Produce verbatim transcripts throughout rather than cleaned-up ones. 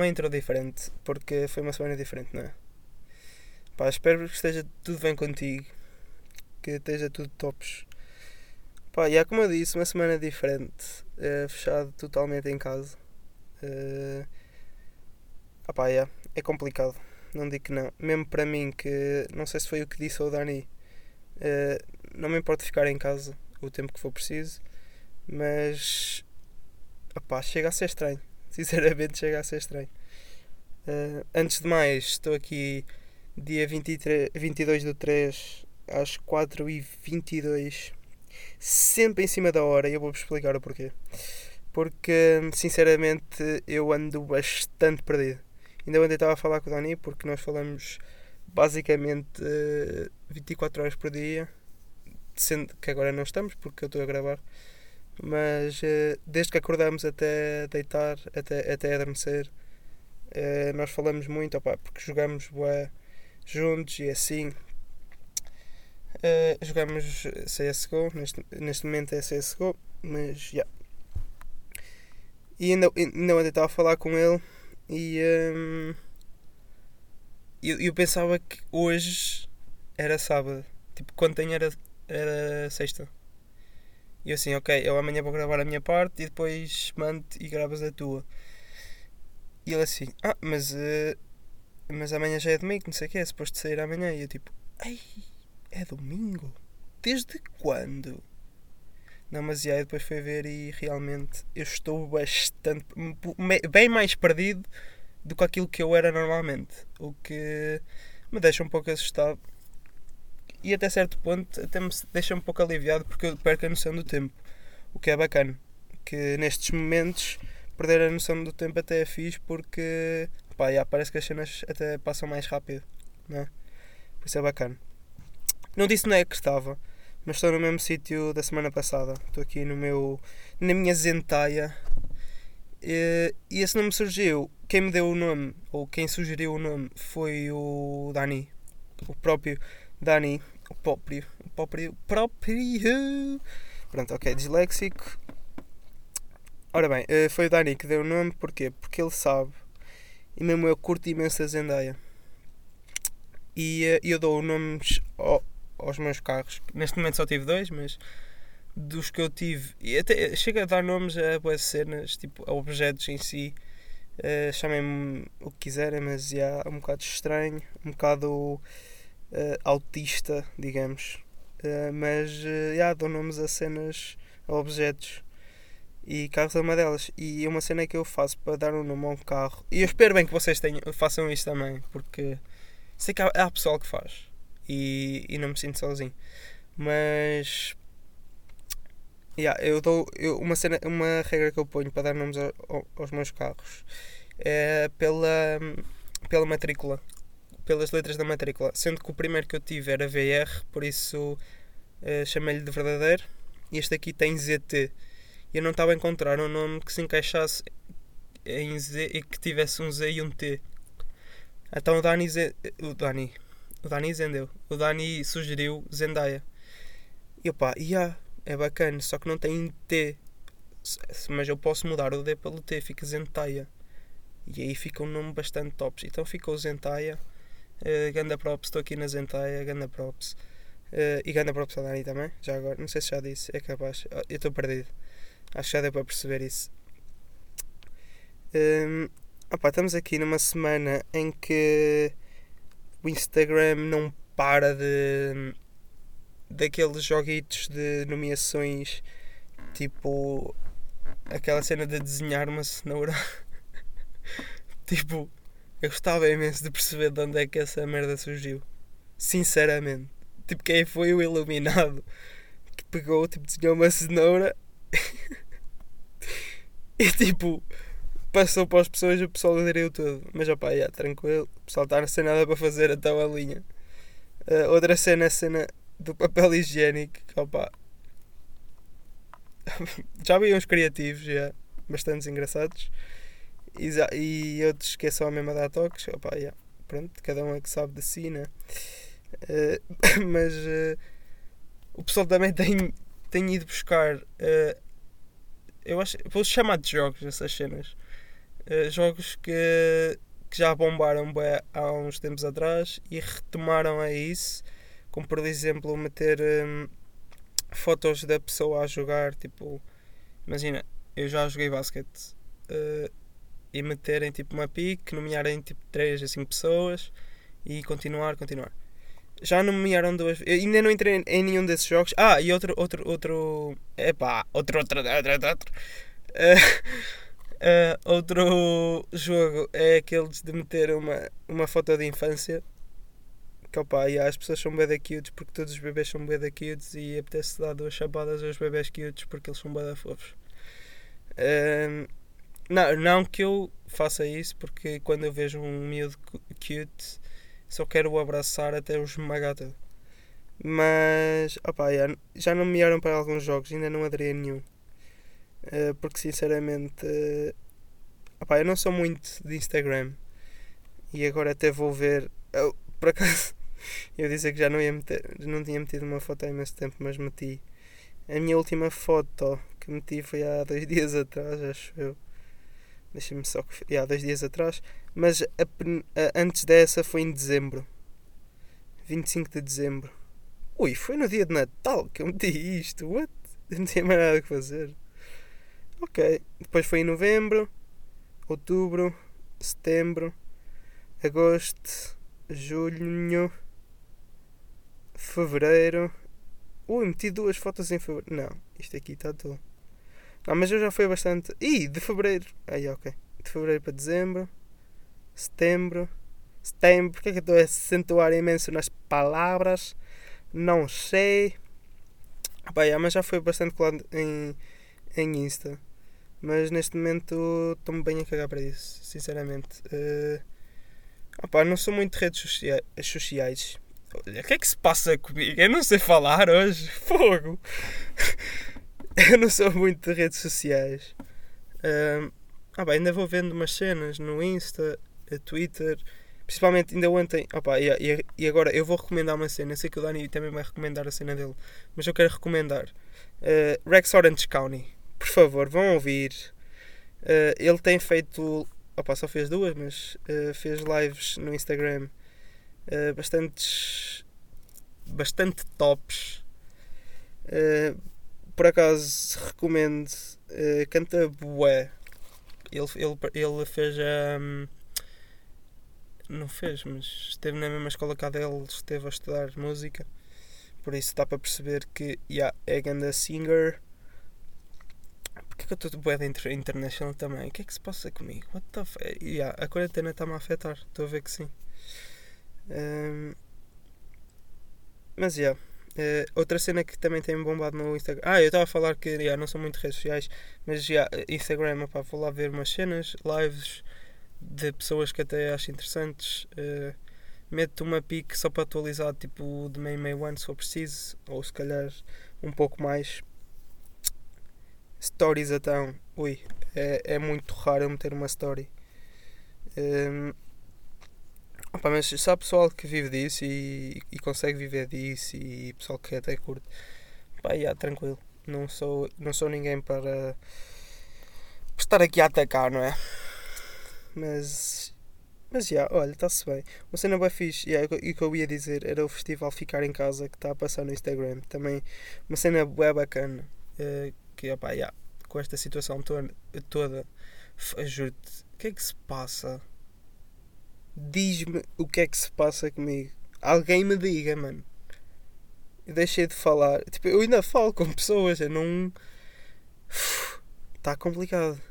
uma intro diferente, porque foi uma semana diferente, não é? Pá, espero que esteja tudo bem contigo, que esteja tudo tops. Pá, e é como eu disse, uma semana diferente, uh, fechado totalmente em casa. Uh, ah pá, yeah, é complicado, não digo que não. Mesmo para mim, que não sei se foi o que disse ao Dani, uh, não me importa ficar em casa o tempo que for preciso, mas ah pá, chega a ser estranho. Sinceramente, chega a ser estranho. Uh, antes de mais, estou aqui dia vinte e três, vinte e dois do três às quatro e vinte e dois, sempre em cima da hora, e eu vou-vos explicar o porquê. Porque, sinceramente, eu ando bastante perdido. Ainda ontem estava a falar com o Dani, porque nós falamos basicamente uh, vinte e quatro horas por dia, sendo que agora não estamos, porque eu estou a gravar. Mas uh, desde que acordamos até deitar, até, até adormecer, uh, nós falamos muito, opa, porque jogamos bué juntos e assim. Uh, jogamos C S G O, neste, neste momento é C S G O, mas já. Yeah. E ainda, ainda ontem estava a falar com ele e um, eu, eu pensava que hoje era sábado, tipo, quando tem era, era sexta. E eu assim, ok, eu amanhã vou gravar a minha parte e depois mando e gravas a tua. E ele assim, ah, mas, uh, mas amanhã já é domingo, não sei o que, é suposto sair amanhã. E eu tipo, ai, é domingo? Desde quando? Não, mas já, depois foi ver e realmente eu estou bastante, bem mais perdido do que aquilo que eu era normalmente. O que me deixa um pouco assustado. E até certo ponto até me deixa um pouco aliviado, porque eu perco a noção do tempo. O que é bacana. Que nestes momentos perder a noção do tempo até é fixe, porque pá, já, parece que as cenas até passam mais rápido, não é? Por isso é bacana. Não disse onde é que estava, mas estou no mesmo sítio da semana passada. Estou aqui no meu, na minha Zendaya. E, e esse nome surgiu. Quem me deu o nome, ou quem sugeriu o nome, foi o Dani. O próprio Dani. O próprio. O próprio. próprio. Pronto, ok, disléxico. Ora bem, foi o Dani que deu o nome. Porquê? Porque ele sabe. E mesmo eu curto imenso a Zendaya. E eu dou nomes ao, aos meus carros. Neste momento só tive dois, mas dos que eu tive, e até chego a dar nomes a boas cenas, tipo a objetos em si. Uh, chamem-me o que quiserem, mas já yeah, um bocado estranho, um bocado uh, autista, digamos. Uh, mas já uh, yeah, dou nomes a cenas, a objetos. E carros é uma delas. E uma cena que eu faço para dar um nome a um carro, e eu espero bem que vocês tenham, façam isto também, porque sei que há, há pessoal que faz e, e não me sinto sozinho. Mas yeah, eu dou eu, uma, cena, uma regra que eu ponho para dar nomes a, a, aos meus carros é pela, pela matrícula, pelas letras da matrícula. Sendo que o primeiro que eu tive era V R, por isso uh, chamei-lhe de verdadeiro. E este aqui tem Z T. E eu não estava a encontrar um nome que se encaixasse em Z e que tivesse um Z e um T. Então o Dani, Z, o Dani, o Dani Zendeu, o Dani sugeriu Zendaya. E opá, yeah, é bacana, só que não tem T. Mas eu posso mudar o D pelo T, fica Zendaya. E aí fica um nome bastante tops. Então ficou Zendaya. Uh, ganda props, estou aqui na Zendaya, ganda props. Uh, e ganda props ao Dani também, já agora. Não sei se já disse, é capaz. Eu estou perdido. Acho que já deu para perceber isso. Um, opa, estamos aqui numa semana em que o Instagram não para de daqueles joguitos de nomeações, tipo aquela cena de desenhar uma cenoura. Tipo, eu gostava imenso de perceber de onde é que essa merda surgiu, sinceramente. Tipo, quem foi o iluminado que pegou, tipo, desenhou uma cenoura e tipo passou para as pessoas e o pessoal aderiu tudo. Mas opá, yeah, tranquilo, o pessoal está sem nada para fazer até a linha. Uh, outra cena é a cena do papel higiênico, opá. Já vi uns criativos, já, bastantes engraçados, e, e outros que é só a mesma dar toques, opá, yeah. Pronto, cada um é que sabe de si, né? Uh, mas uh, o pessoal também tem, tem ido buscar, uh, eu acho, vou chamar de jogos essas cenas. Uh, jogos que, que já bombaram bem há uns tempos atrás e retomaram a isso, como por exemplo meter um, fotos da pessoa a jogar, tipo, imagina, eu já joguei basquete uh, e meterem tipo uma pique, nomearem tipo três a cinco pessoas e continuar, continuar. Já nomearam duas. Eu ainda não entrei em nenhum desses jogos. Ah, e outro, outro, outro. Epá, outro, outro, outro, outro. outro. Uh, uh, outro jogo é aqueles de meter uma, uma foto de infância. Que opa, e as pessoas são bué da cutes porque todos os bebês são bué da cutes e apetece dar duas chapadas aos bebês cutes porque eles são bué da fofos. Uh, não, não que eu faça isso porque quando eu vejo um miúdo cute só quero o abraçar até o esmagar todo. Mas, opá, já, já não me vieram para alguns jogos, ainda não aderi a nenhum. Uh, porque, sinceramente, uh, opá, eu não sou muito de Instagram. E agora até vou ver... Eu, por acaso, eu disse que já não, ia meter, não tinha metido uma foto há imenso tempo, mas meti. A minha última foto que meti foi há dois dias atrás, acho eu. Deixa-me só... que há dois dias atrás. Mas a, a, antes dessa foi em dezembro. vinte e cinco de dezembro. Ui, foi no dia de Natal que eu meti isto. What? Eu não tinha mais nada que fazer. Ok. Depois foi em novembro, outubro, setembro, agosto, julho, fevereiro. Ui, meti duas fotos em fevereiro. Não, isto aqui está tudo. Não, mas eu já foi bastante. Ih, de fevereiro. Aí, ok. De fevereiro para dezembro. Setembro. Setembro. Porque é que eu estou a acentuar imenso nas palavras? Não sei. Pá, yeah, mas já foi bastante colado em, em Insta. Mas neste momento estou-me bem a cagar para isso. Sinceramente. Uh, opá, não sou muito de redes sociais. sociais. Olha, o que é que se passa comigo? Eu não sei falar hoje. Fogo. Eu não sou muito de redes sociais. Uh, ah, pá, ainda vou vendo umas cenas no Insta, no Twitter. Principalmente ainda ontem. Opa, e, e agora eu vou recomendar uma cena. Eu sei que o Dani também vai recomendar a cena dele. Mas eu quero recomendar. Uh, Rex Orange County. Por favor, vão ouvir. Uh, ele tem feito. Opa, só fez duas, mas uh, fez lives no Instagram. Uh, bastantes. Bastante tops. Uh, por acaso recomendo. Uh, canta bué. Ele, ele, ele fez a. Um, não fez, mas esteve na mesma escola que a dele, esteve a estudar música. Por isso dá para perceber que yeah, é ganda singer. Porquê que eu estou bué de international também? O que é que se passa comigo? What the f... yeah, a quarentena está-me a afetar. Estou a ver que sim. Um, mas yeah. Uh, outra cena que também tem bombado no Instagram. Ah, eu estava a falar que yeah, não são muito redes sociais, mas yeah, Instagram, opa, vou lá ver umas cenas, lives de pessoas que até acho interessantes. Uh, meto uma pique só para atualizar, tipo de May May One se for preciso, ou se calhar um pouco mais. Stories então, ui, é, é muito raro eu meter uma story. Um, opa, mas se há pessoal que vive disso e, e consegue viver disso e pessoal que até curte, pá, yeah, tranquilo. Não sou, não sou ninguém para estar aqui a atacar, não é? Mas, mas já, yeah, olha, está-se bem. Uma cena bem fixe, yeah, e o que eu ia dizer era o festival Ficar em Casa que está a passar no Instagram. Também uma cena bem bacana. Uh, que, opa, yeah, com esta situação toda, toda juro-te, o que é que se passa? Diz-me o que é que se passa comigo. Alguém me diga, mano. Eu deixei de falar. Tipo, eu ainda falo com pessoas, eu não. Está complicado.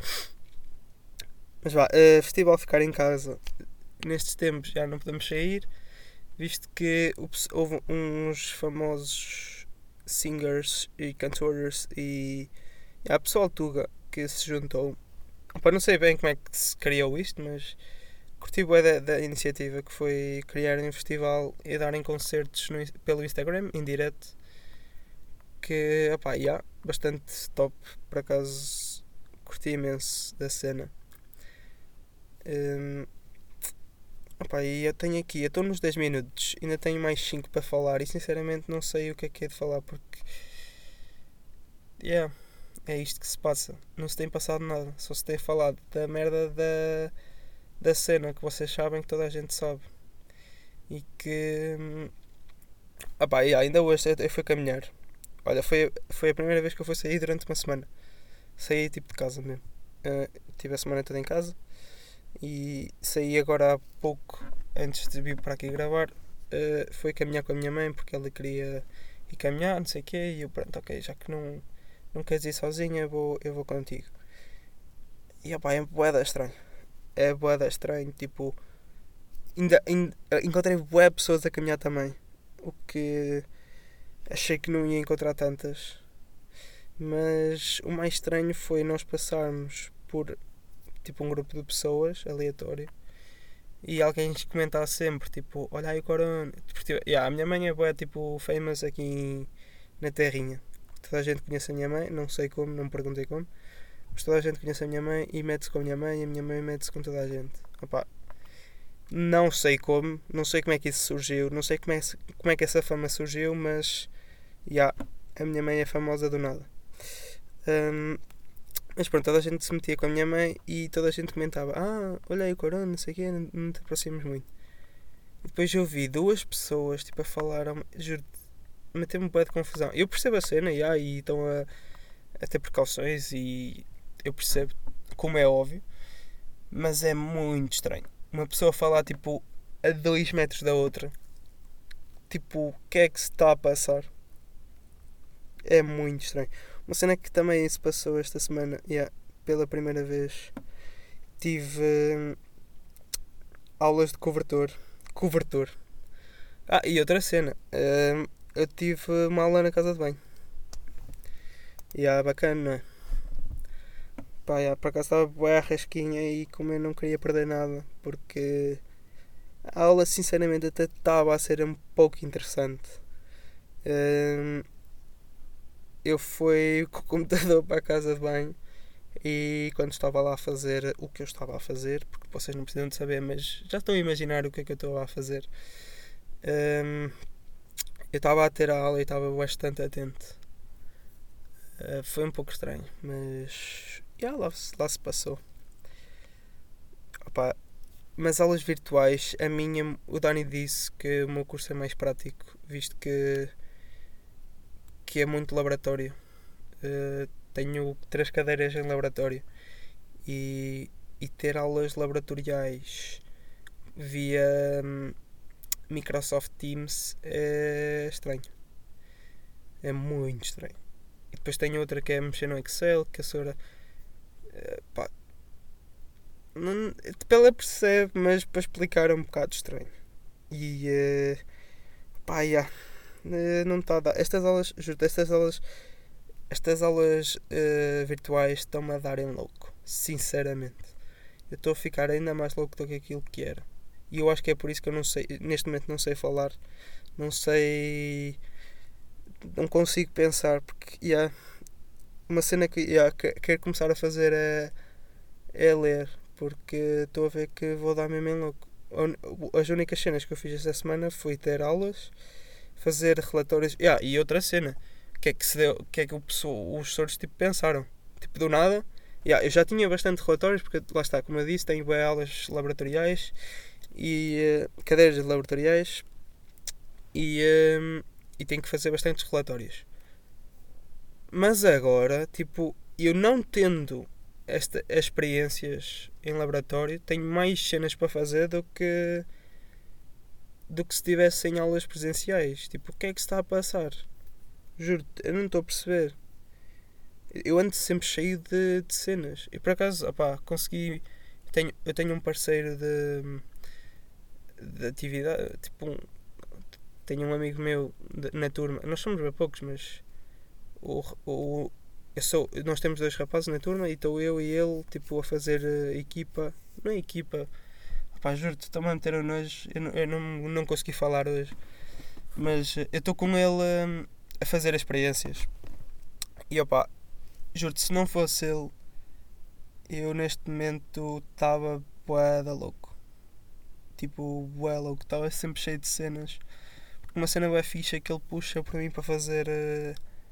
Mas vá, uh, festival Ficar em Casa. Nestes tempos já não podemos sair, visto que houve uns famosos singers e cantores e há pessoal tuga que se juntou. Opa, não sei bem como é que se criou isto, mas curti bué da, da iniciativa que foi criarem um festival e darem concertos no, pelo Instagram, em direto. Que, opá, yeah, bastante top. Por acaso, curti imenso da cena. Um, opá, e eu tenho aqui, eu estou nos dez minutos, ainda tenho mais cinco para falar e sinceramente não sei o que é que é de falar porque... Yeah, é isto que se passa. Não se tem passado nada, só se tem falado da merda da, da cena que vocês sabem que toda a gente sabe. E que. Ah pá, yeah, ainda hoje eu fui caminhar. Olha, foi, foi a primeira vez que eu fui sair durante uma semana. Saí tipo de casa mesmo. Uh, tive a semana toda em casa e saí agora há pouco, antes de vir para aqui gravar. Uh, fui caminhar com a minha mãe porque ela queria ir caminhar, não sei o quê. E eu, pronto, ok, já que não, não queres ir sozinha, eu vou, eu vou contigo. E opá, é bué estranho. É bué estranho, tipo. Ainda, ainda encontrei bué pessoas a caminhar também. O que achei que não ia encontrar tantas. Mas o mais estranho foi nós passarmos por tipo um grupo de pessoas aleatório e alguém comentar sempre tipo, olha aí o corona. Porque, yeah, a minha mãe é boa, tipo famous aqui em, na terrinha. Toda a gente conhece a minha mãe, não sei como, não me perguntei como, mas toda a gente conhece a minha mãe e mete-se com a minha mãe e a minha mãe mete-se com toda a gente. Opa, não sei como, não sei como é que isso surgiu, não sei como é, como é que essa fama surgiu, mas já, yeah, a minha mãe é famosa do nada. Um, mas pronto, toda a gente se metia com a minha mãe e toda a gente comentava: ah, olha aí o corona, não sei o quê, não, não te aproximes muito. E depois eu vi duas pessoas tipo a falar, juro, meteu-me um pouco de confusão. Eu percebo a cena, yeah, e estão a, a ter precauções e eu percebo, como é óbvio, mas é muito estranho. Uma pessoa falar tipo a dois metros da outra, tipo, o que é que se está a passar? É muito estranho. Uma cena que também se passou esta semana, yeah, pela primeira vez, tive hum, aulas de cobertor. Cobertor. Ah, e outra cena, hum, eu tive uma aula na casa de banho. E yeah, bacana, não é? Pá, yeah, por acaso estava boa rasquinha e como eu não queria perder nada, porque a aula sinceramente até estava a ser um pouco interessante. Hum, eu fui com o computador para a casa de banho e quando estava lá a fazer o que eu estava a fazer, porque vocês não precisam de saber, mas já estão a imaginar o que é que eu estou a fazer, um, eu estava a ter a aula e estava bastante atento. Uh, foi um pouco estranho, mas yeah, lá, lá se passou. Opa, mas aulas virtuais, a minha, o Dani disse que o meu curso é mais prático, visto que, que é muito laboratório. Uh, tenho três cadeiras em laboratório e, e ter aulas laboratoriais via um, Microsoft Teams é estranho. É muito estranho. E depois tenho outra que é mexer no Excel, que a senhora uh, pá, não, ela percebe, mas para explicar é um bocado estranho. E uh, pá, yeah, uh, não está a dar. Estas aulas, juro, estas aulas Estas aulas uh, virtuais estão-me a darem louco, sinceramente. Eu estou a ficar ainda mais louco do que aquilo que era. E eu acho que é por isso que eu não sei, neste momento não sei falar, não sei, não consigo pensar, porque yeah, uma cena que yeah, quero começar a fazer é, é ler, porque estou a ver que vou dar mesmo em louco. As únicas cenas que eu fiz esta semana foi ter aulas, fazer relatórios, yeah, e outra cena. O que é que se deu, que é que o pessoal, os professores tipo, pensaram? Tipo, do nada. Yeah, eu já tinha bastante relatórios, porque lá está, como eu disse, tenho bem aulas laboratoriais e uh, cadeiras laboratoriais e, um, e tenho que fazer bastantes relatórios. Mas agora, tipo, eu não tendo esta, as experiências em laboratório, tenho mais cenas para fazer do que do que se tivesse em aulas presenciais. Tipo, o que é que se está a passar? Juro, eu não estou a perceber. Eu ando sempre cheio de, de cenas. E por acaso, opá, consegui. Tenho, eu tenho um parceiro de, de atividade. Tipo, um, tenho um amigo meu de, na turma. Nós somos bem poucos, mas. O, o, eu sou, nós temos dois rapazes na turma e estou eu e ele tipo, a fazer uh, equipa. Não é equipa. Opá, juro-te, estou-me a meter a nojo. Eu, não, eu não, não consegui falar hoje. Mas uh, eu estou com ele. Uh, a fazer experiências. E opá, juro-te, se não fosse ele, eu neste momento estava bué da louco. Tipo, bué louco, estava sempre cheio de cenas. Porque uma cena bué fixa que ele puxa para mim para fazer uh,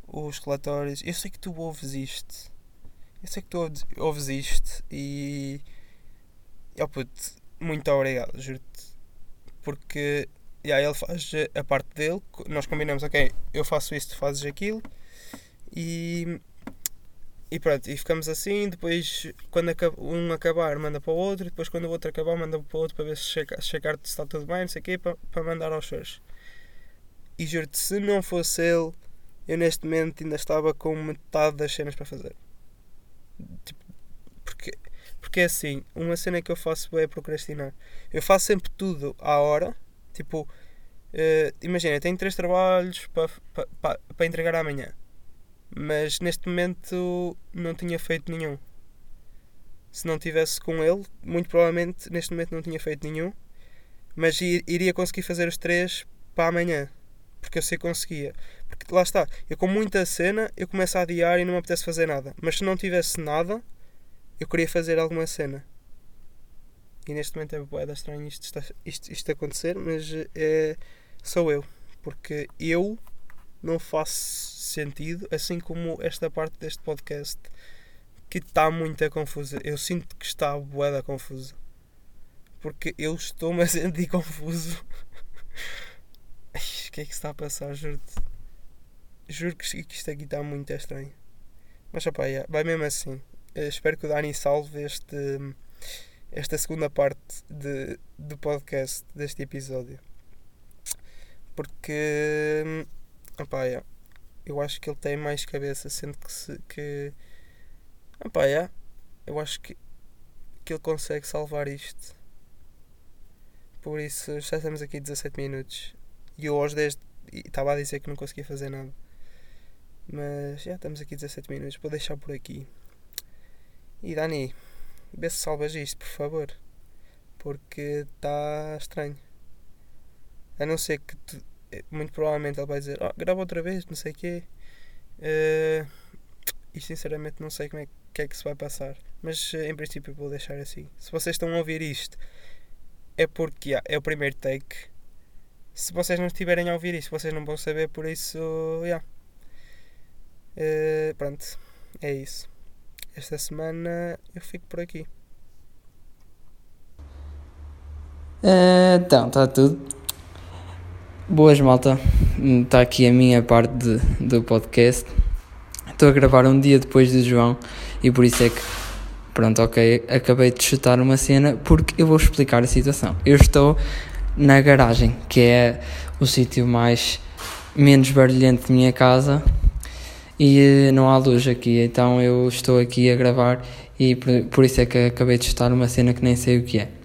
os relatórios. Eu sei que tu ouves isto. Eu sei que tu ouves, ouves isto e. Oh puto, muito obrigado, juro-te. Porque yeah, ele faz a parte dele, nós combinamos, ok, eu faço isto, tu fazes aquilo e. E pronto, e ficamos assim, depois quando um acabar manda para o outro, depois quando o outro acabar manda para o outro para ver se checar, checar se está tudo bem, não sei o quê, para, para mandar aos seus. E juro-te, se não fosse ele, eu neste momento ainda estava com metade das cenas para fazer. Tipo, porque, porque é assim, uma cena que eu faço é procrastinar. Eu faço sempre tudo à hora, tipo, uh, imagina, tenho três trabalhos para, para, para, para entregar amanhã. Mas neste momento não tinha feito nenhum. Se não tivesse com ele, muito provavelmente neste momento não tinha feito nenhum. Mas iria conseguir fazer os três para amanhã. Porque eu sei que conseguia. Porque lá está, eu com muita cena eu começo a adiar e não me apetece fazer nada. Mas se não tivesse nada, eu queria fazer alguma cena. E neste momento é bué estranho isto, isto, isto, isto acontecer, mas é, sou eu. Porque eu não faço sentido, assim como esta parte deste podcast que está muito confusa. Eu sinto que está bué confusa. Porque eu estou-me a sentir confuso. O que é que se está a passar? Juro-te. Juro que isto aqui está muito estranho. Mas opá, yeah, vai mesmo assim. Eu espero que o Dani salve este, esta segunda parte de, do podcast, deste episódio. Porque opá, yeah, eu acho que ele tem mais cabeça, sendo que se, que opá, yeah, eu acho que, que ele consegue salvar isto. Por isso já estamos aqui dezassete minutos e eu aos dez estava a dizer que não conseguia fazer nada, mas já estamos aqui dezassete minutos. Vou deixar por aqui. E Dani, vê se salvas isto, por favor, porque está estranho. A não ser que tu, muito provavelmente ele vai dizer, oh, grava outra vez, não sei o quê. Uh, e sinceramente não sei como é que é que se vai passar. Mas uh, em princípio vou deixar assim. Se vocês estão a ouvir isto, é porque yeah, é o primeiro take. Se vocês não estiverem a ouvir isto, vocês não vão saber, por isso, yeah. Uh, pronto, é isso. Esta semana eu fico por aqui. Uh, então, está tudo. Boas, malta. Está aqui a minha parte de, do podcast. Estou a gravar um dia depois do João e por isso é que, pronto, ok, acabei de chutar uma cena porque eu vou explicar a situação. Eu estou na garagem, que é o sítio mais menos barulhento de minha casa e não há luz aqui, então eu estou aqui a gravar e por, por isso é que acabei de chutar uma cena que nem sei o que é.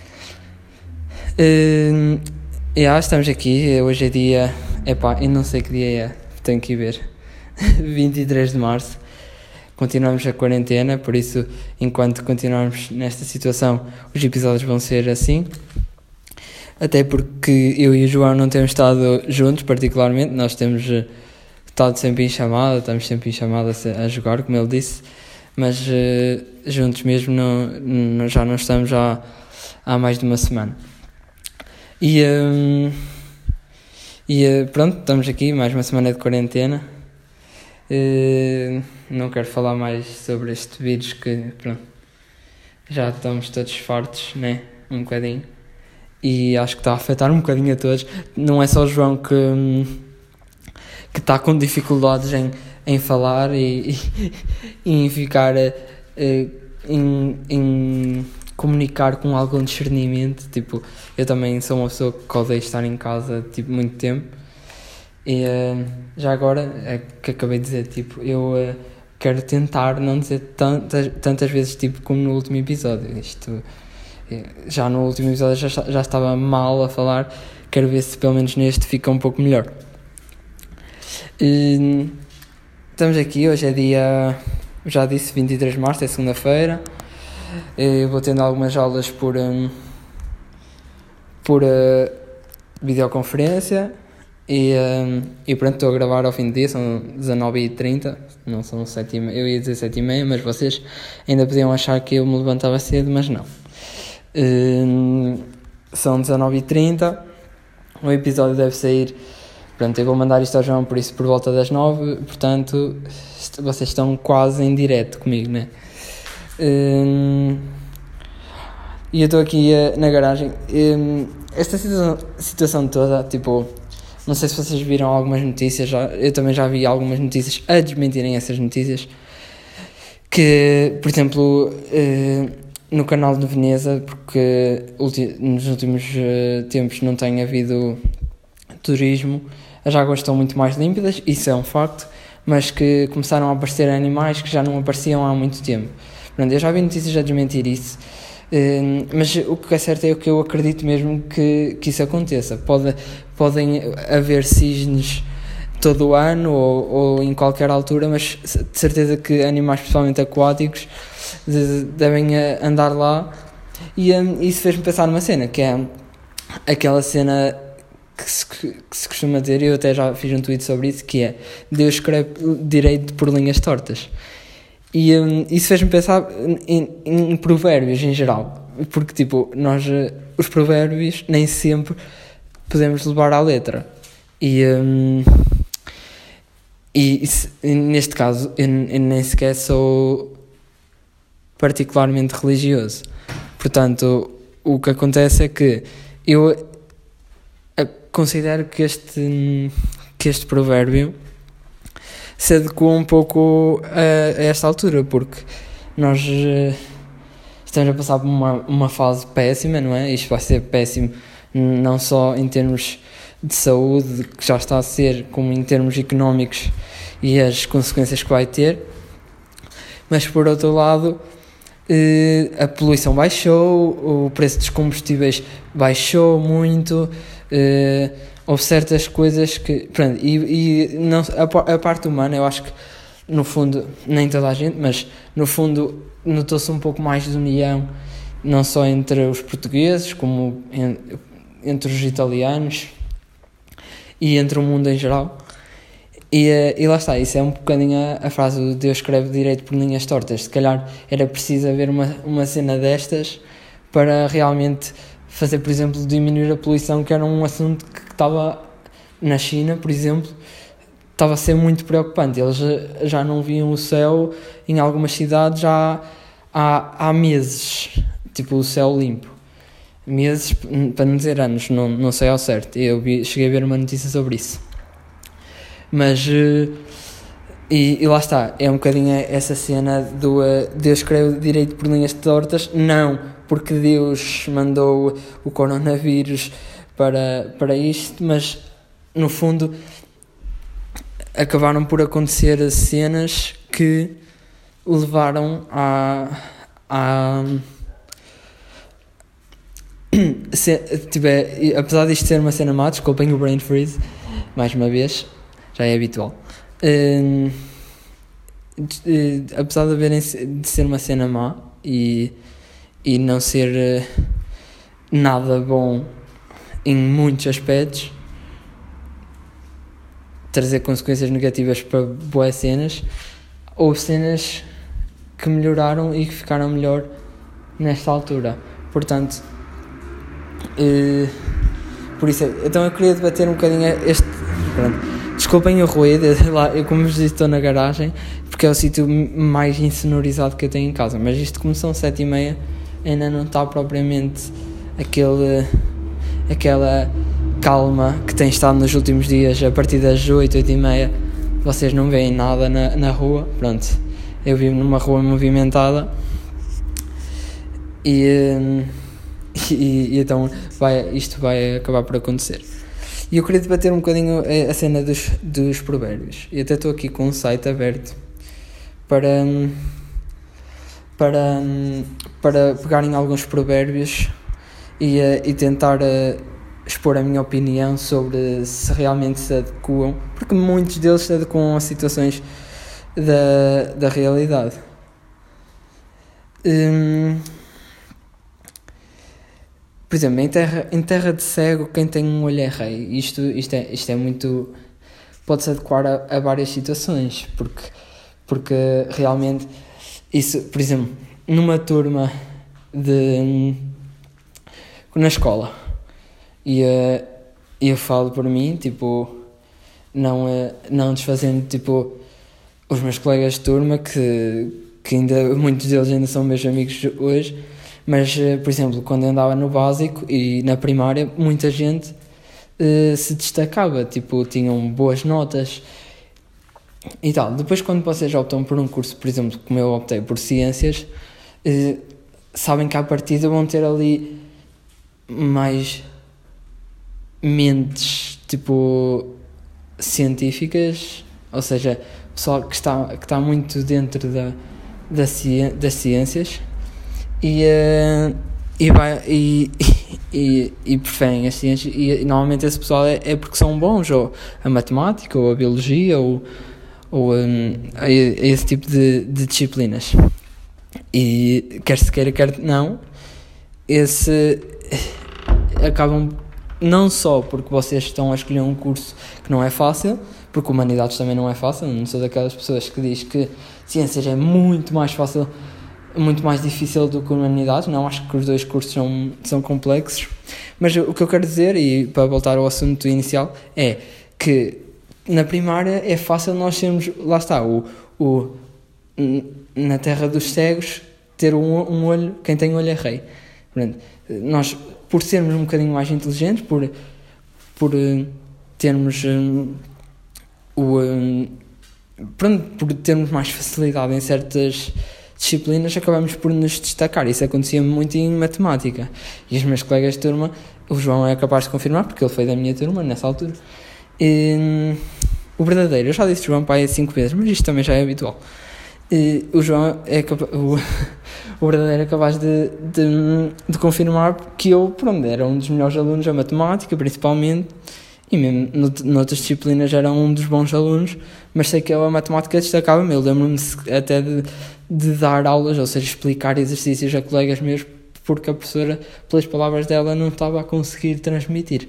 Uh, yeah, estamos aqui, hoje é dia, epá, eu não sei que dia é, tenho que ir ver, vinte e três de março, continuamos a quarentena, por isso enquanto continuarmos nesta situação os episódios vão ser assim, até porque eu e o João não temos estado juntos particularmente, nós temos estado sempre em chamada, estamos sempre em chamada a jogar, como ele disse, mas uh, juntos mesmo não, não, já não estamos há, há mais de uma semana. E, um, e uh, pronto, estamos aqui, mais uma semana de quarentena. Uh, não quero falar mais sobre este vírus que, pronto, já estamos todos fartos, né? Um bocadinho. E acho que está a afetar um bocadinho a todos. Não é só o João que, que está com dificuldades em, em falar e, e, e em ficar uh, em... em comunicar com algum discernimento, tipo, eu também sou uma pessoa que odeio estar em casa, tipo, muito tempo, e uh, já agora, é que acabei de dizer, tipo, eu uh, quero tentar não dizer tantas, tantas vezes, tipo, como no último episódio, isto, já no último episódio já, já estava mal a falar, quero ver se pelo menos neste fica um pouco melhor. E, estamos aqui, hoje é dia, já disse, vinte e três de março, é segunda-feira. Eu vou tendo algumas aulas por, um, por uh, videoconferência e, um, e pronto, estou a gravar ao fim do dia, são dezanove e trinta, não são sete e meia, eu ia dizer sete e meia, mas vocês ainda podiam achar que eu me levantava cedo, mas não. Um, são dezanove e trinta, o episódio deve sair Pronto, eu vou mandar isto ao João, por isso, por volta das nove, portanto, vocês estão quase em direto comigo, né? Hum, e eu estou aqui uh, na garagem. Hum, esta situação, situação toda, tipo, não sei se vocês viram algumas notícias, já, eu também já vi algumas notícias a desmentirem essas notícias, que, por exemplo, uh, no canal de Veneza, porque ulti- nos últimos uh, tempos não tem havido turismo, as águas estão muito mais límpidas, isso é um facto, mas que começaram a aparecer animais que já não apareciam há muito tempo. Pronto, eu já vi notícias a desmentir isso, mas o que é certo é que eu acredito mesmo que, que isso aconteça. Pode, podem haver cisnes todo o ano ou, ou em qualquer altura, mas de certeza que animais, principalmente aquáticos, devem andar lá. E um, isso fez-me pensar numa cena, que é aquela cena que se, que se costuma dizer, e eu até já fiz um tweet sobre isso, que é: Deus escreve direito por linhas tortas. E um, isso fez-me pensar em, em provérbios em geral, porque tipo, nós, os provérbios nem sempre podemos levar à letra. E, um, e, e neste caso eu, eu nem sequer sou particularmente religioso. Portanto, o que acontece é que eu considero que este, que este provérbio se adequa um pouco a, a esta altura, porque nós uh, estamos a passar por uma, uma fase péssima, não é? Isto vai ser péssimo não só em termos de saúde, que já está a ser, como em termos económicos e as consequências que vai ter, mas por outro lado uh, a poluição baixou, o preço dos combustíveis baixou muito. Uh, houve certas coisas que, pronto, e, e não, a, a parte humana, eu acho que no fundo, nem toda a gente, mas no fundo notou-se um pouco mais de união, não só entre os portugueses, como en, entre os italianos e entre o mundo em geral. E, e lá está, isso é um bocadinho a, a frase do Deus escreve direito por linhas tortas. Se calhar era preciso haver uma, uma cena destas para realmente fazer, por exemplo, diminuir a poluição, que era um assunto que estava na China, por exemplo, estava a ser muito preocupante. Eles já não viam o céu em algumas cidades já há, há meses, tipo o céu limpo. Meses, para não dizer anos, não, não sei ao certo. Eu vi, cheguei a ver uma notícia sobre isso. Mas, e, e lá está, é um bocadinho essa cena do uh, Deus escreve direito por linhas tortas, não porque Deus mandou o coronavírus para, para isto, mas no fundo acabaram por acontecer cenas que levaram a, a se, tiver, apesar disto ser uma cena má, desculpem o brain freeze mais uma vez, já é habitual, um, de, apesar de, haverem, de ser uma cena má e e não ser uh, nada bom em muitos aspectos, trazer consequências negativas para boas cenas, houve cenas que melhoraram e que ficaram melhor nesta altura. Portanto, uh, por isso, então eu queria debater um bocadinho este... Pronto, desculpem o ruído, eu, lá, eu como vos disse estou na garagem, porque é o sítio mais insonorizado que eu tenho em casa, mas isto como são sete e meia, ainda não está propriamente aquele, aquela calma que tem estado nos últimos dias. A partir das oito, oito e meia vocês não veem nada na, na rua. Pronto, eu vivo numa rua movimentada e, e, e então vai, isto vai acabar por acontecer. E eu queria debater um bocadinho a, a cena dos, dos provérbios, e até estou aqui com um site aberto para... para, para pegar em alguns provérbios e, e tentar uh, expor a minha opinião sobre se realmente se adequam, porque muitos deles se adequam a situações da, da realidade. Um, por exemplo, em terra, em terra de cego, quem tem um olho é rei. Isto, isto, é, isto é muito... pode-se adequar a, a várias situações, porque, porque realmente... Isso, por exemplo, numa turma de na escola, e uh, eu falo por mim, tipo, não, uh, não desfazendo, tipo, os meus colegas de turma, que, que ainda, muitos deles ainda são meus amigos hoje, mas, uh, por exemplo, quando eu andava no básico e na primária, muita gente uh, se destacava, tipo, tinham boas notas e tal. Depois, quando vocês optam por um curso, por exemplo, como eu optei por ciências, uh, sabem que à partida vão ter ali mais mentes, tipo, científicas, ou seja, pessoal que está, que está muito dentro da, da ci, das ciências e, uh, e, vai, e, e, e preferem as ciências, e, e normalmente esse pessoal é, é porque são bons, ou a matemática, ou a biologia, ou, ou um, a, a esse tipo de, de disciplinas. E quer se queira, quer não, esse acabam não só porque vocês estão a escolher um curso que não é fácil, porque humanidades também não é fácil, não sou daquelas pessoas que diz que ciências é muito mais fácil, muito mais difícil do que humanidades, não, acho que os dois cursos são, são complexos, mas o que eu quero dizer, e para voltar ao assunto inicial, é que na primária é fácil nós sermos, lá está, o, o, na terra dos cegos, ter um, um olho, quem tem olho é rei. Portanto, nós, por sermos um bocadinho mais inteligentes, por, por uh, termos um, o, um, pronto, por termos mais facilidade em certas disciplinas, acabamos por nos destacar. Isso acontecia muito em matemática. E os meus colegas de turma, o João é capaz de confirmar, porque ele foi da minha turma nessa altura. E, o verdadeiro, eu já disse João pai cinco vezes, mas isto também já é habitual. E, o João é capaz, o, o verdadeiro é capaz de, de, de confirmar que eu, pronto, era um dos melhores alunos a matemática, principalmente, e mesmo noutras disciplinas era um dos bons alunos, mas sei que eu a matemática destacava-me. Eu lembro-me até de, de dar aulas, ou seja, explicar exercícios a colegas meus, porque a professora, pelas palavras dela, não estava a conseguir transmitir.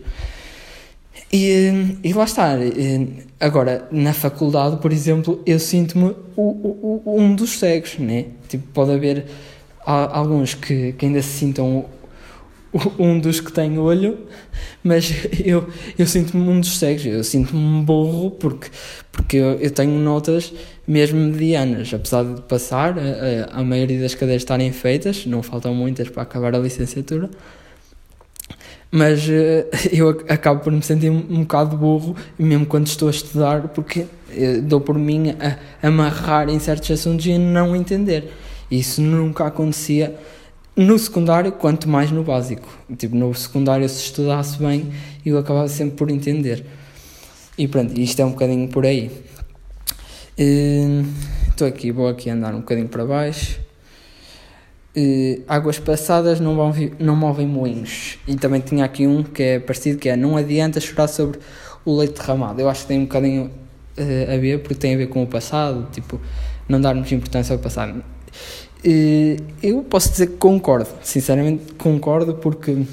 E, e lá está. Agora, na faculdade, por exemplo, eu sinto-me o, o, o, um dos cegos, né? Tipo, pode haver há, alguns que, que ainda se sintam um dos que tem olho, mas eu, eu sinto-me um dos cegos, eu sinto-me um burro, porque, porque eu, eu tenho notas mesmo medianas, apesar de passar, a, a maioria das cadeiras estarem feitas, não faltam muitas para acabar a licenciatura, mas eu acabo por me sentir um bocado burro, mesmo quando estou a estudar, porque dou por mim a amarrar em certos assuntos e não entender. Isso nunca acontecia no secundário, quanto mais no básico. Tipo, no secundário, se estudasse bem, eu acabava sempre por entender. E pronto, isto é um bocadinho por aí. Estou uh, aqui, vou aqui andar um bocadinho para baixo. Uh, águas passadas não movem, não movem moinhos. E também tinha aqui um que é parecido, que é: não adianta chorar sobre o leite derramado. Eu acho que tem um bocadinho uh, a ver, porque tem a ver com o passado, tipo, não darmos importância ao passado. Uh, eu posso dizer que concordo, sinceramente concordo, porque uh,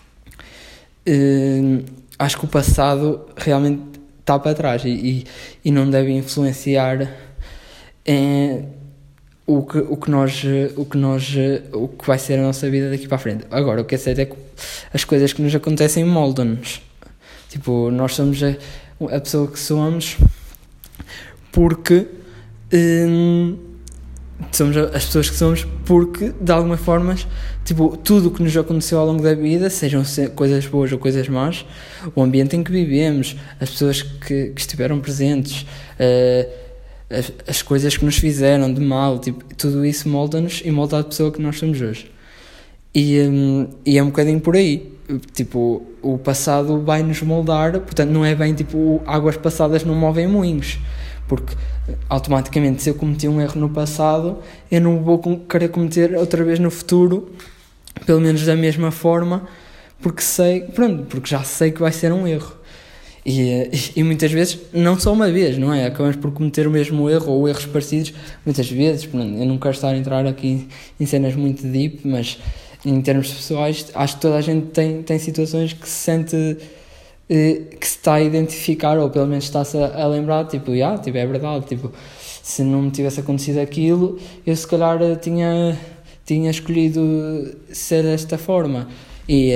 acho que o passado realmente está para trás e, e, e não deve influenciar em o que, o que nós, o que nós, o que vai ser a nossa vida daqui para a frente. Agora, o que é certo é que as coisas que nos acontecem moldam-nos. Tipo, nós somos a, a pessoa que somos porque hum, somos as pessoas que somos porque, de alguma forma, tipo, tudo o que nos aconteceu ao longo da vida, sejam coisas boas ou coisas más, o ambiente em que vivemos, as pessoas que, que estiveram presentes, uh, As, as coisas que nos fizeram de mal, tipo, tudo isso molda-nos e molda a pessoa que nós somos hoje. E, um, e é um bocadinho por aí. Tipo, o passado vai nos moldar, portanto não é bem tipo águas passadas não movem moinhos, porque automaticamente, se eu cometi um erro no passado, eu não vou querer cometer outra vez no futuro, pelo menos da mesma forma, porque sei, pronto, porque já sei que vai ser um erro. E, e muitas vezes, não só uma vez, não é? Acabamos por cometer o mesmo erro ou erros parecidos muitas vezes. Eu não quero estar a entrar aqui em cenas muito deep, mas em termos pessoais, acho que toda a gente tem, tem situações que se sente, eh, que se está a identificar, ou pelo menos está-se a, a lembrar, tipo, yeah, tipo, é verdade, tipo, se não me tivesse acontecido aquilo, eu se calhar tinha, tinha escolhido ser desta forma. E,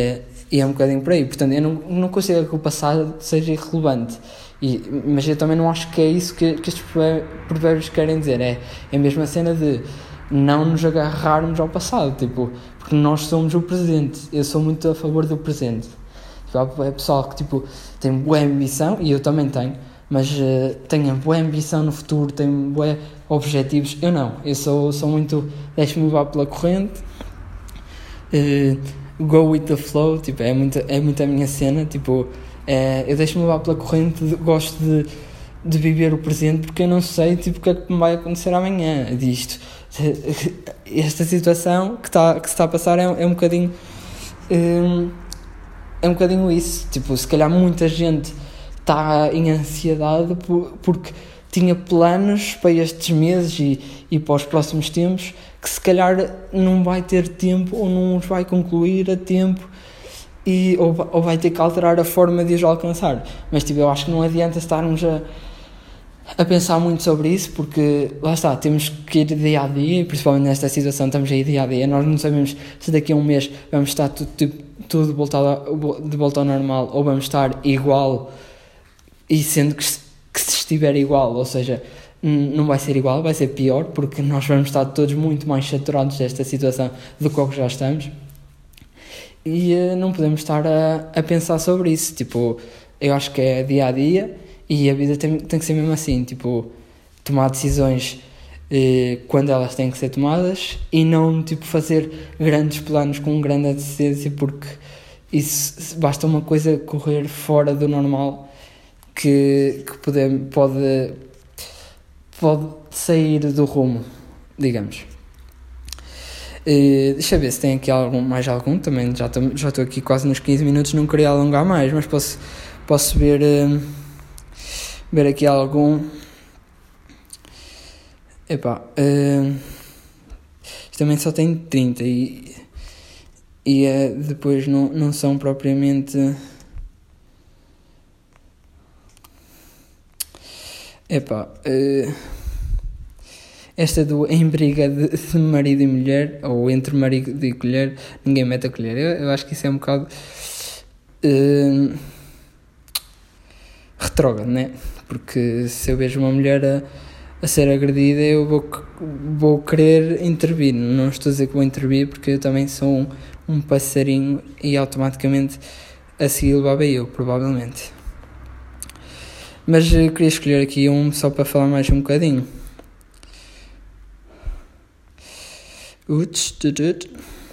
E é um bocadinho por aí. Portanto, eu não, não considero que o passado seja irrelevante. E, mas eu também não acho que é isso que, que estes provérbios querem dizer. É, é a mesma cena de não nos agarrarmos ao passado. Tipo, porque nós somos o presente. Eu sou muito a favor do presente. Tipo, é pessoal que tipo, tem boa ambição, e eu também tenho, mas uh, tenho boa ambição no futuro, tenho boa objetivos. Eu não. Eu sou, sou muito... Deixo-me levar pela corrente. Uh, go with the flow, tipo, é muito, é muito a minha cena, tipo, é, eu deixo-me levar pela corrente, de, gosto de, de viver o presente, porque eu não sei, tipo, o que é que me vai acontecer amanhã disto. Esta situação que, tá, que se está a passar é, é um bocadinho, é, é um bocadinho isso, tipo, se calhar muita gente está em ansiedade por, porque tinha planos para estes meses e, e para os próximos tempos, que se calhar não vai ter tempo ou não os vai concluir a tempo, e, ou, ou vai ter que alterar a forma de os alcançar. Mas tipo, eu acho que não adianta estarmos a, a pensar muito sobre isso, porque lá está, temos que ir dia a dia, e principalmente nesta situação estamos aí dia a dia, nós não sabemos se daqui a um mês vamos estar tudo, tudo, tudo voltado, de volta ao normal, ou vamos estar igual, e sendo que, que se estiver igual, ou seja, não vai ser igual, vai ser pior, porque nós vamos estar todos muito mais saturados desta situação do que já estamos, e uh, não podemos estar a, a pensar sobre isso. Tipo, eu acho que é dia a dia, e a vida tem, tem que ser mesmo assim, tipo, tomar decisões uh, quando elas têm que ser tomadas, e não tipo fazer grandes planos com grande antecedência, porque isso, basta uma coisa correr fora do normal que, que pode, pode pode sair do rumo, digamos. Uh, deixa eu ver se tem aqui algum, mais algum. Também já estou já estou aqui quase nos quinze minutos, não queria alongar mais, mas posso, posso ver, uh, ver aqui algum. Epá, uh, isto também só tem trinta, e, e uh, depois não, não são propriamente... Epá, uh, esta do em briga de, de marido e mulher, ou entre marido e colher, ninguém mete a colher. Eu, eu acho que isso é um bocado uh, retrógrado, né? Porque se eu vejo uma mulher a, a ser agredida, eu vou, vou querer intervir. Não estou a dizer que vou intervir, porque eu também sou um, um passarinho, e automaticamente a seguir levava eu, provavelmente. Mas eu queria escolher aqui um só para falar mais um bocadinho. Uts, tut, tut.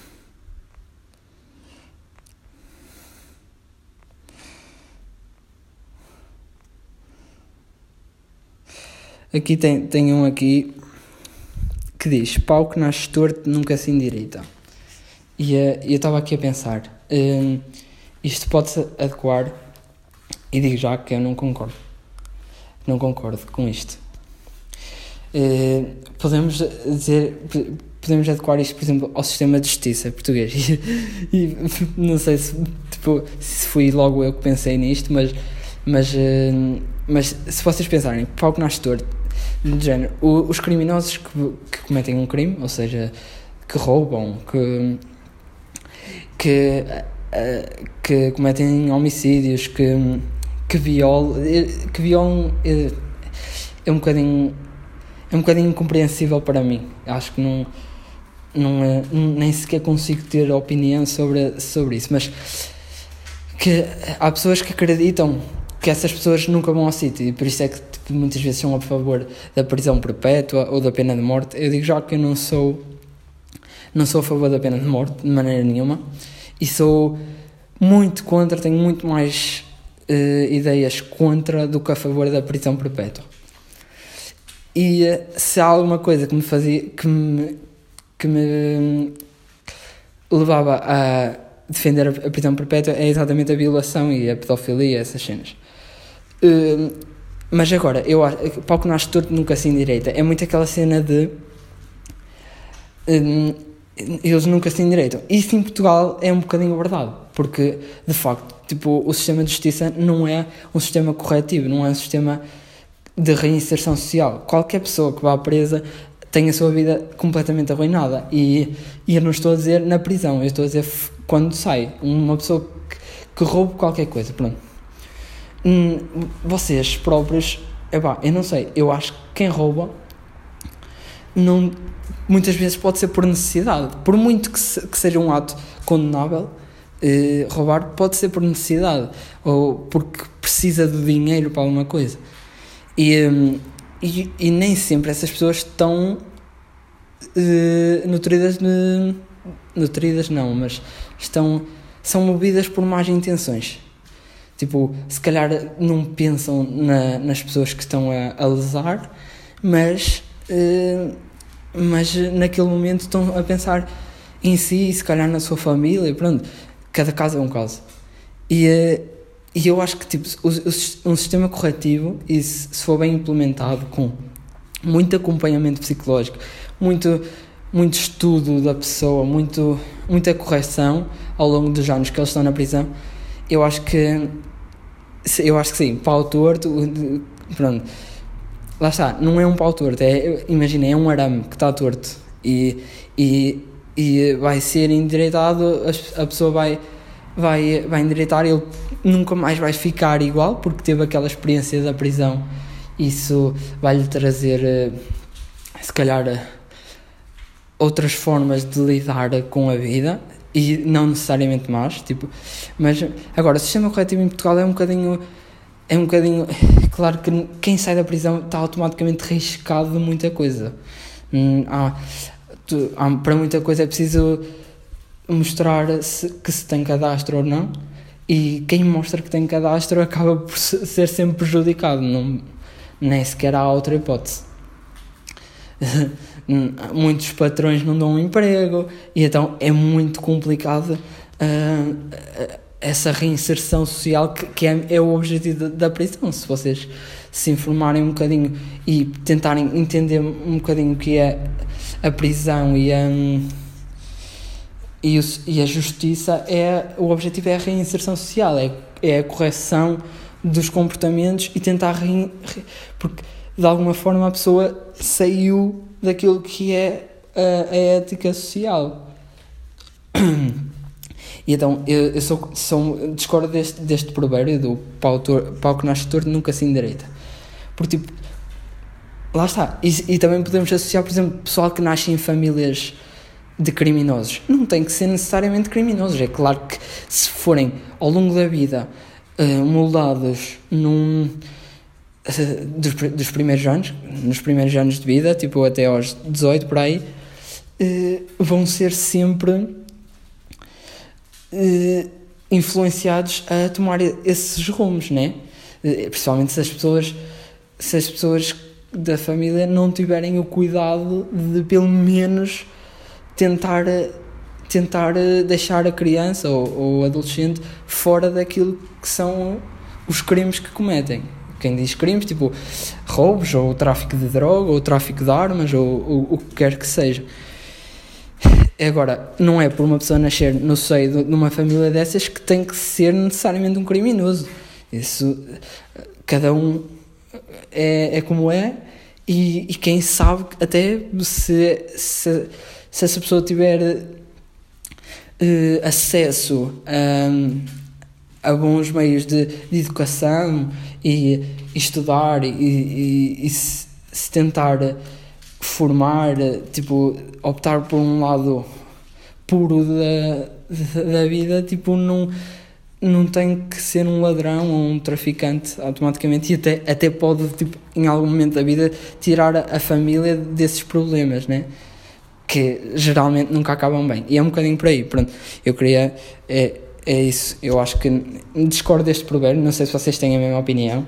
Aqui tem, tem um aqui que diz: pau que nasce torto nunca se endireita. E uh, eu estava aqui a pensar, um, isto pode-se adequar, e digo já que eu não concordo. Não concordo com isto. Uh, podemos dizer, podemos adequar isto, por exemplo, ao sistema de justiça português. E, e não sei se, tipo, se fui logo eu que pensei nisto, mas, mas, uh, mas se vocês pensarem, pau que nasce torto, de género, o, os criminosos que, que cometem um crime, ou seja, que roubam, que, que, uh, que cometem homicídios, que que violam, que violam é, é um bocadinho é um bocadinho incompreensível para mim. Acho que não, não é, nem sequer consigo ter opinião sobre, sobre isso, mas que há pessoas que acreditam que essas pessoas nunca vão ao sítio, e por isso é que tipo, muitas vezes são a favor da prisão perpétua ou da pena de morte. Eu digo já que eu não sou não sou a favor da pena de morte de maneira nenhuma, e sou muito contra, tenho muito mais Uh, ideias contra do que a favor da prisão perpétua. E uh, se há alguma coisa que me fazia que me, que me levava a defender a, a prisão perpétua, é exatamente a violação e a pedofilia, essas cenas. Uh, mas agora, eu acho que pau que nasce torto nunca se endireita. É muito aquela cena de uh, eles nunca se endireitam. Isso em Portugal é um bocadinho verdade, porque de facto, tipo, o sistema de justiça não é um sistema corretivo, não é um sistema de reinserção social. Qualquer pessoa que vá presa tem a sua vida completamente arruinada, e, e eu não estou a dizer na prisão, eu estou a dizer quando sai. Uma pessoa que, que roubo qualquer coisa, pronto. Hum, vocês próprios, epá, eu não sei, eu acho que quem rouba não, muitas vezes pode ser por necessidade, por muito que, se, que seja um ato condenável, eh, roubar pode ser por necessidade, ou porque precisa de dinheiro para alguma coisa, e, hum, e, e nem sempre essas pessoas estão eh, nutridas, de, nutridas não, mas estão, são movidas por más intenções. Tipo, se calhar não pensam na, nas pessoas que estão a, a lesar, mas, uh, mas naquele momento estão a pensar em si e se calhar na sua família, pronto, cada caso é um caso. E, uh, e eu acho que tipo, o, o, um sistema corretivo, e se, se for bem implementado, com muito acompanhamento psicológico, muito, muito estudo da pessoa, muito, muita correção ao longo dos anos que eles estão na prisão, eu acho que eu acho que sim, pau torto, pronto, lá está, não é um pau torto, é, imagina, é um arame que está torto e, e, e vai ser endireitado, a pessoa vai, vai, vai endireitar, ele nunca mais vai ficar igual, porque teve aquela experiência da prisão, isso vai-lhe trazer, se calhar, outras formas de lidar com a vida, e não necessariamente más, tipo, mas agora o sistema corretivo em Portugal é um bocadinho, é um bocadinho, claro que quem sai da prisão está automaticamente riscado de muita coisa. Hum, há, tu, há, para muita coisa é preciso mostrar se, que se tem cadastro ou não, e quem mostra que tem cadastro acaba por ser sempre prejudicado, não, nem sequer há outra hipótese. Muitos patrões não dão um emprego e então é muito complicado uh, essa reinserção social que, que é, é o objetivo da, da prisão. Se vocês se informarem um bocadinho e tentarem entender um bocadinho o que é a prisão e a, e, o, e a justiça, é, o objetivo é a reinserção social, é, é a correção dos comportamentos e tentar rein, porque de alguma forma a pessoa saiu daquilo que é a, a ética social. E então eu, eu sou, sou, discordo deste, deste provérbio do pau, tor, pau que nasce torto nunca se endireita, porque tipo, lá está, e, e também podemos associar, por exemplo, pessoal que nasce em famílias de criminosos, não tem que ser necessariamente criminosos, é claro que se forem ao longo da vida uh, moldados num Dos, dos primeiros anos, nos primeiros anos de vida, tipo até aos dezoito por aí, eh, vão ser sempre eh, influenciados a tomar esses rumos, né? Eh, principalmente se as pessoas, se as pessoas da família não tiverem o cuidado de pelo menos tentar, tentar deixar a criança ou, ou o adolescente fora daquilo que são os crimes que cometem. Quem diz crimes, tipo roubos, ou tráfico de droga, ou tráfico de armas, ou, ou o que quer que seja. Agora, não é por uma pessoa nascer no seio de uma família dessas que tem que ser necessariamente um criminoso. Isso, cada um é, é como é, e, e quem sabe, até se, se, se essa pessoa tiver uh, acesso a, a bons meios de, de educação, e estudar e, e, e se, se tentar formar, tipo, optar por um lado puro da, da vida, tipo, não, não tem que ser um ladrão ou um traficante automaticamente, e até, até pode, tipo, em algum momento da vida tirar a, a família desses problemas, né? Que geralmente nunca acabam bem, e é um bocadinho por aí. Pronto, eu queria... É, É isso, eu acho que discordo deste provérbio, não sei se vocês têm a mesma opinião.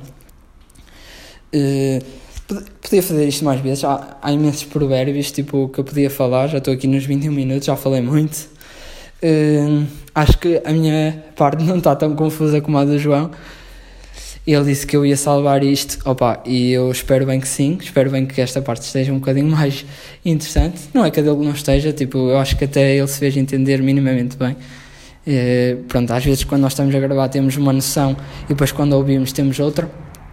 Uh, podia fazer isto mais vezes, há, há imensos provérbios tipo, que eu podia falar, já estou aqui nos vinte e um minutos, já falei muito. Uh, acho que a minha parte não está tão confusa como a do João. Ele disse que eu ia salvar isto, opa, e eu espero bem que sim, espero bem que esta parte esteja um bocadinho mais interessante. Não é que a dele não esteja, tipo, eu acho que até ele se veja entender minimamente bem. Uh, pronto, às vezes quando nós estamos a gravar temos uma noção e depois quando ouvimos temos outra,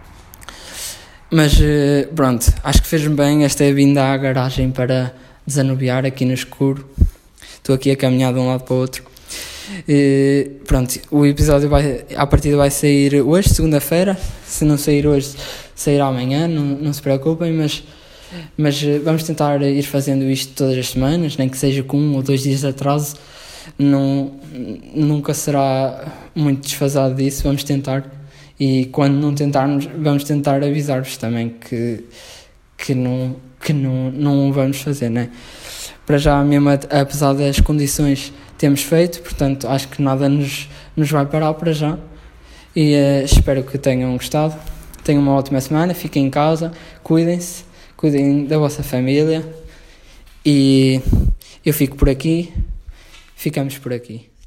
mas uh, pronto, acho que fez-me bem esta é vinda à garagem para desanuviar aqui no escuro. Estou aqui a caminhar de um lado para o outro E, pronto, o episódio vai, à partida vai sair hoje, segunda-feira. Se não sair hoje, sairá amanhã, não, não se preocupem, mas, mas vamos tentar ir fazendo isto todas as semanas, nem que seja com um ou dois dias de atraso. Não, nunca será muito desfasado disso, vamos tentar. E quando não tentarmos, vamos tentar avisar-vos também que, que, não, que não, não o vamos fazer, né? Para já, mesmo apesar das condições, temos feito, portanto acho que nada nos, nos vai parar para já. E uh, espero que tenham gostado. Tenham uma ótima semana, fiquem em casa, cuidem-se, cuidem da vossa família. E eu fico por aqui, ficamos por aqui.